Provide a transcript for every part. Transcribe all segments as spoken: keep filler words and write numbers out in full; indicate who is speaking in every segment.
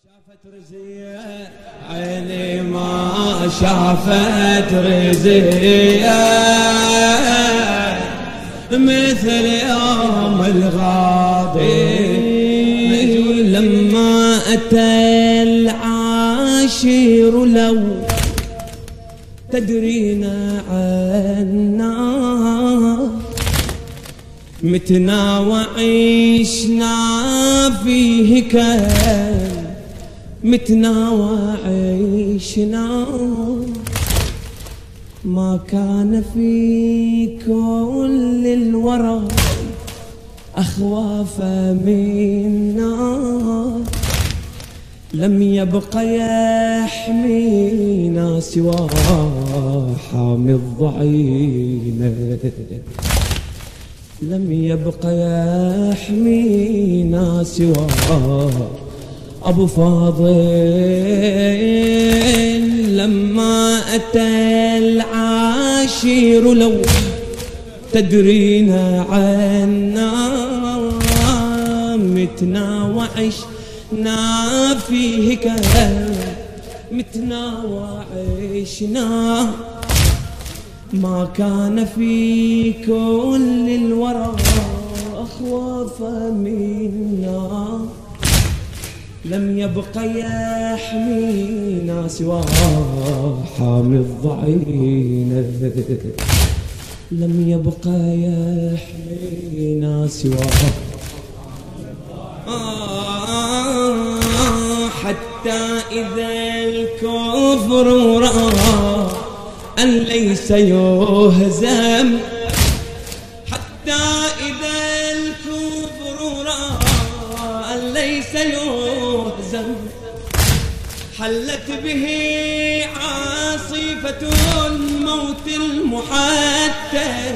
Speaker 1: شافت رزية عيني ما شافت رزية مثل يوم الغاضي لما أتى العاشر لو تدرينا عنا متنا وعيشنا فيه كان متنا وعيشنا ما كان في كل الورى أخواف منا لم يبق يحمينا سوى حامي الضعينة لم يبق يحمينا سوى أبو فاضل لما أتى العاشر لو تدرينا عنا متنا وعشنا فيه كان متنا وعشنا ما كان في كل الورى أخواف منا لم يبق يحمينا سوى حامي الضعينة لم يبق يحمينا سوى آه حتى إذا الكفر رأى أن ليس يهزم حتى إذا الكفر رأى أن ليس يهزم حلت به عاصفة الموت المحتم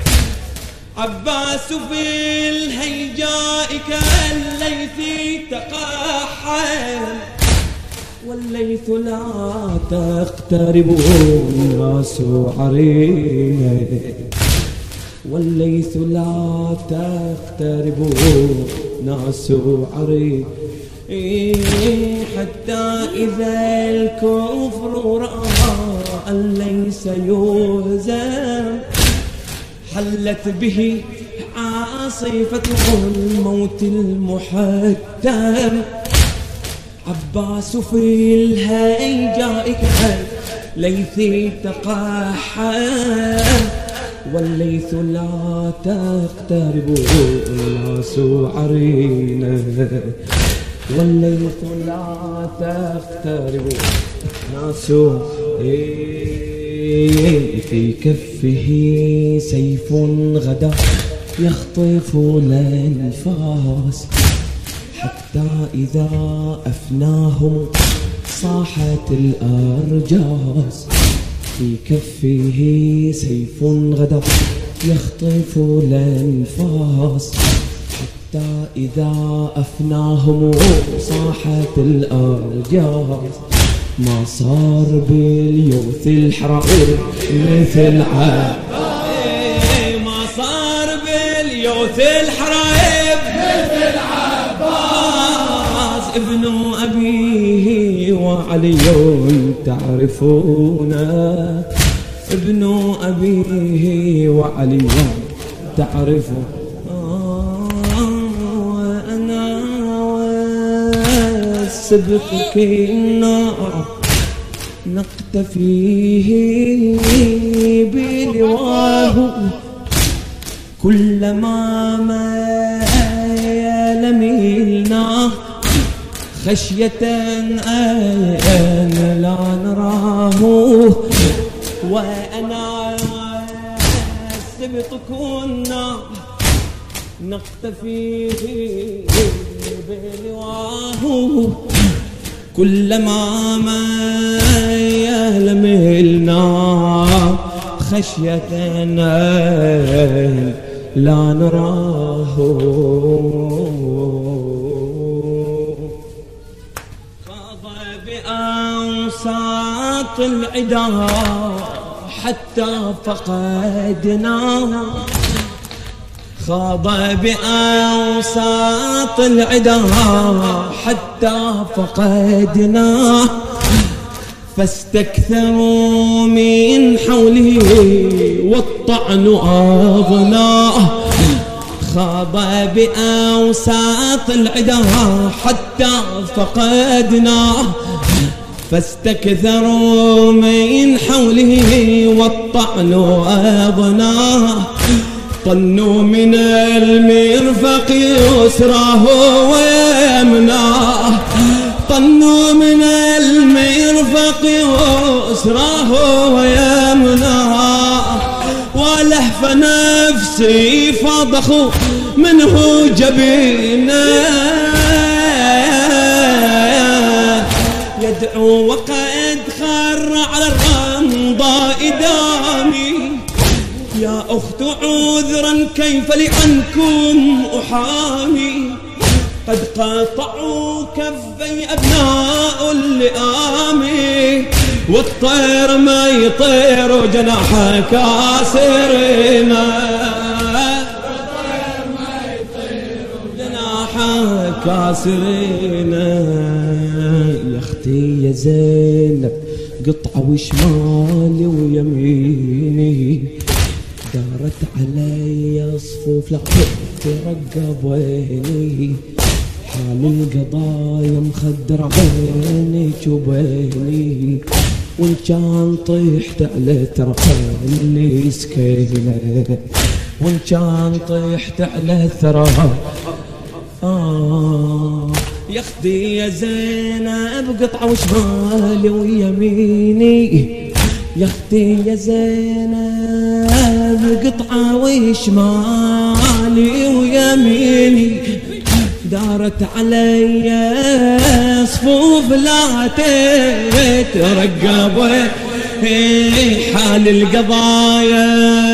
Speaker 1: عباس في الهيجاء كالليث تقحم والليث لا تقترب الناس عرينه والليث لا تقترب الناس عرينه حتى إذا الكفر رأى أن ليس يهزم حلت به عاصفة الموت المحتم عباس في الهيجاء كالليث تقحم والليث لا تقترب الناس عرينه والليث لا تقترب الناس في كفه سيف غدا يخطف الأنفاس حتى إذا أفناهم صاحت الأرجاس في كفه سيف غدا يخطف الأنفاس حتى إذا أفناهم صاحت الأرجاس ما صار باليوث الحرائر مثل عباس ما صار باليوث الحرائر مثل عباس ابن أبيه وعلي تعرفونه ابن أبيه وعلي تعرفونه وأنا والسبق النار نقتفيه بلواه كلما مال ميلنا خشية أن لا نراه وأنا السبط كنا نقتفيه بلواه كلما مال ميلنا خشية أن لا نراه خاض بأوساط العدا حتى فقدناه خاض بأوساط العدا حتى فقدناه فاستكثروا من حوله والطعن أغناه خاض بأوساط العدا حتى فقدناه فاستكثروا من حوله والطعن أغناه طنوا من المرفق يسراه ويمناه طنوا من المرفق يسراه ويمناه ولهف نفسي فضخوا منه جبينا يدعو وقد خر على الرمضاء دامي يا أخت عذرا كيف لعنكم أحامي قد قاطعوا كفي أبناء اللئام والطير ما يطير جناحه كاسرنا والطير ما يطير جناحه كاسرنا يا أختي يا زينب قطعة وشمالي ويميني دارت علي صفوف لعبت ترقبيني حال القضايا مخدر بينك وبيني وان كان طيحت على ترحلني سكينة وان كان طيحت على ثرى آه يا اختي يا زينب قطعة وشمالي ويميني يا اختي يا زينب قطعة وشمالي ويميني دارت علي صفوف لا تترقب حال القضايا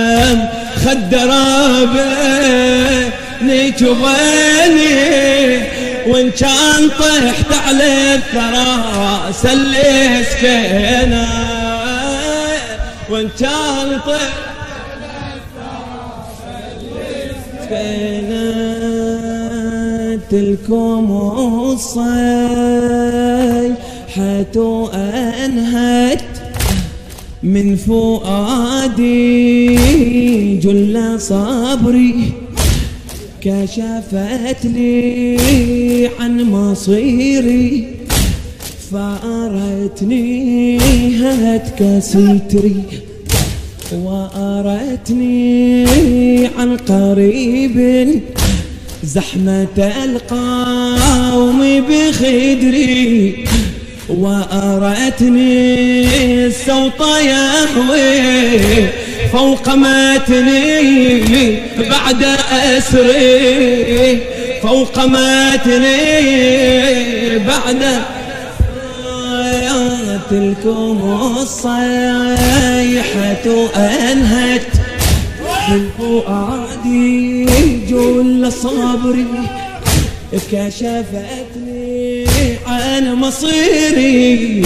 Speaker 1: خدر بينك وبيني وان كان طحت على الثرى سلي سكينة وان كان طحت على الثرى سلي تلكم الصيحة أنهت من فؤادي جل صبري كشفت لي عن مصيري فأرتني هتك ستري وأرتني عن قريب زحمة القوم بخدري وأرتني الصوت يهوي فوق متني بعد أسري فوق متني بعد تلكم الصيحة أنهت من فؤادي جل صبري كشفتني عن مصيري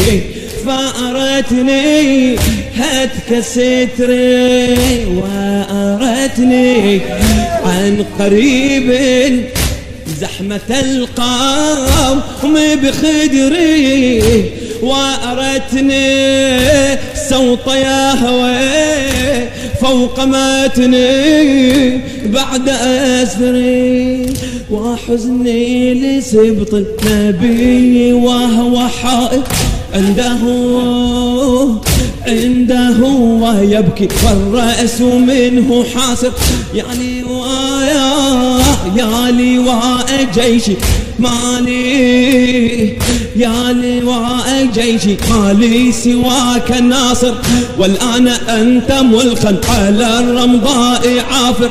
Speaker 1: فأرتني هتك ستري وأرتني عن قريب زحمة القوم بخدري وأرتني صوت يهوي فوق متني بعد أسري وحزني لسبط النبي وهو حائر عنده عنده ويبكي والرأس منه حاسر يا لواء يا لواء جيشي مالي يا لواء جيشي مالي سواك الناصر والآن أنت ملقا على الرمضاء عافر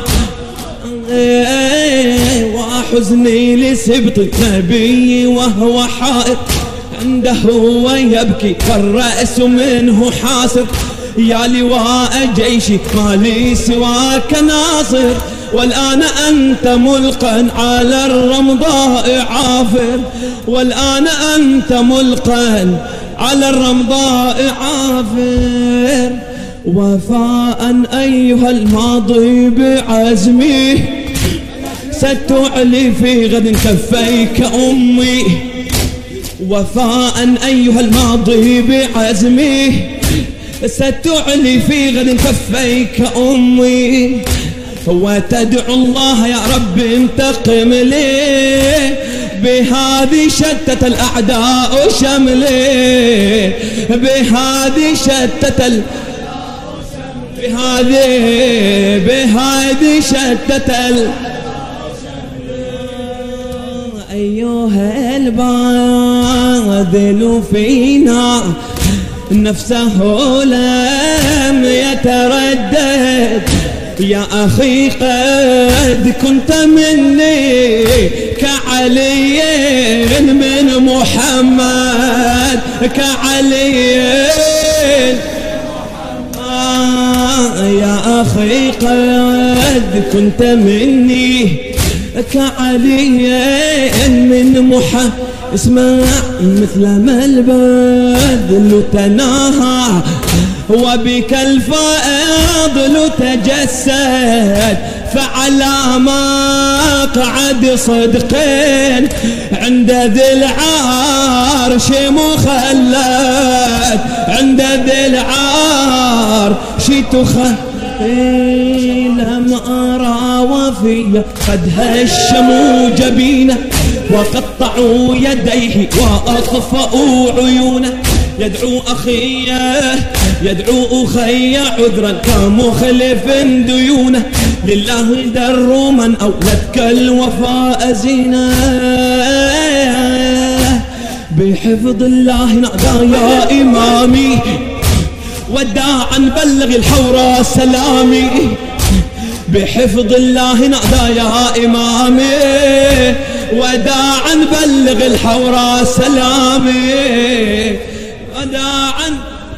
Speaker 1: وحزني لسبط النبي وهو حائر عنده ويبكي والرأس منه حاسر يا لواء جيشي مالي سواك ناصر والآن أنت ملقا على الرمضاء عافر والآن أنت ملقا على الرمضاء عافر وفاء أيها الماضي بعزمي ستعلي في غد كفيك أمي وفاء أيها الماضي بعزمي ستعلي في غد كفيك أمي وتدعو الله يا رب انتقم لي بهذه شتت الأعداء شملي بهذه شتت ال... بهذه بهذه شتت ال... أيها الباذل فينا نفسه لم يتردد يا أخي قد كنت مني كعلي من محمد كعلي آه يا أخي قد كنت مني كعلي من محمد اسمع مثل ما البذل تناهى وبك الفاضل تجسد فعلى مقعد صدق عند ذي العرش مخلد عند ذي العرش تخلد لم أرى وفيا قد هشموا جبينه وقطعوا يديه وأطفأوا عيونه يدعو أخيه يدعو أخي عذرا كمخلف ديونه لله در من أولدك الوفاء زينة بحفظ الله نادى يا إمامي وداعا بلغ الحورى سلامي بحفظ الله نادى يا إمامي وداعا بلغ الحورى سلامي وداعا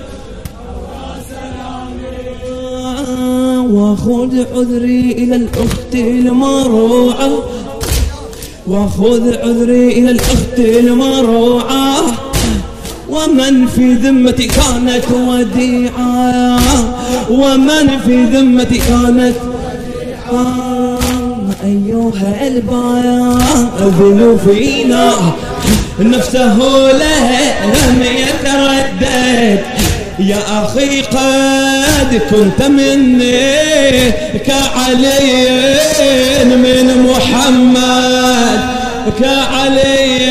Speaker 1: وخذ عذري إلى الأخت المروعة وخذ عذري إلى الأخت المروعة ومن في ذمتي كانت وديعة ومن في ذمتي كانت وديعة أيها الباذل فينا نفسه لم يتردد يا أخي قد كنت مني كعلي من محمد كعلي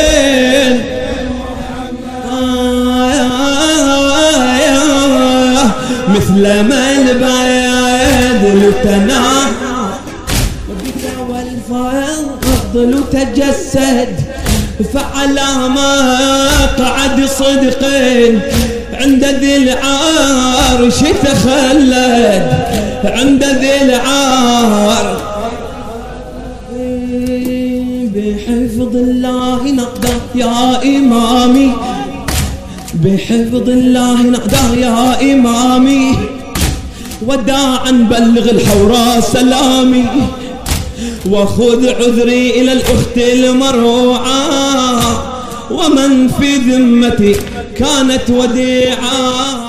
Speaker 1: مثل ما البذل تناهى وبك والفضل تجسد فعلى مقعد صدق عند ذي العرش تخلد عند ذي العرش بحفظ الله نقدر يا إمامي بحفظ الله نادى يا إمامي وداعا بلغ الحورى سلامي وخذ عذري إلى الأخت المروعة ومن في ذمتي كانت وديعة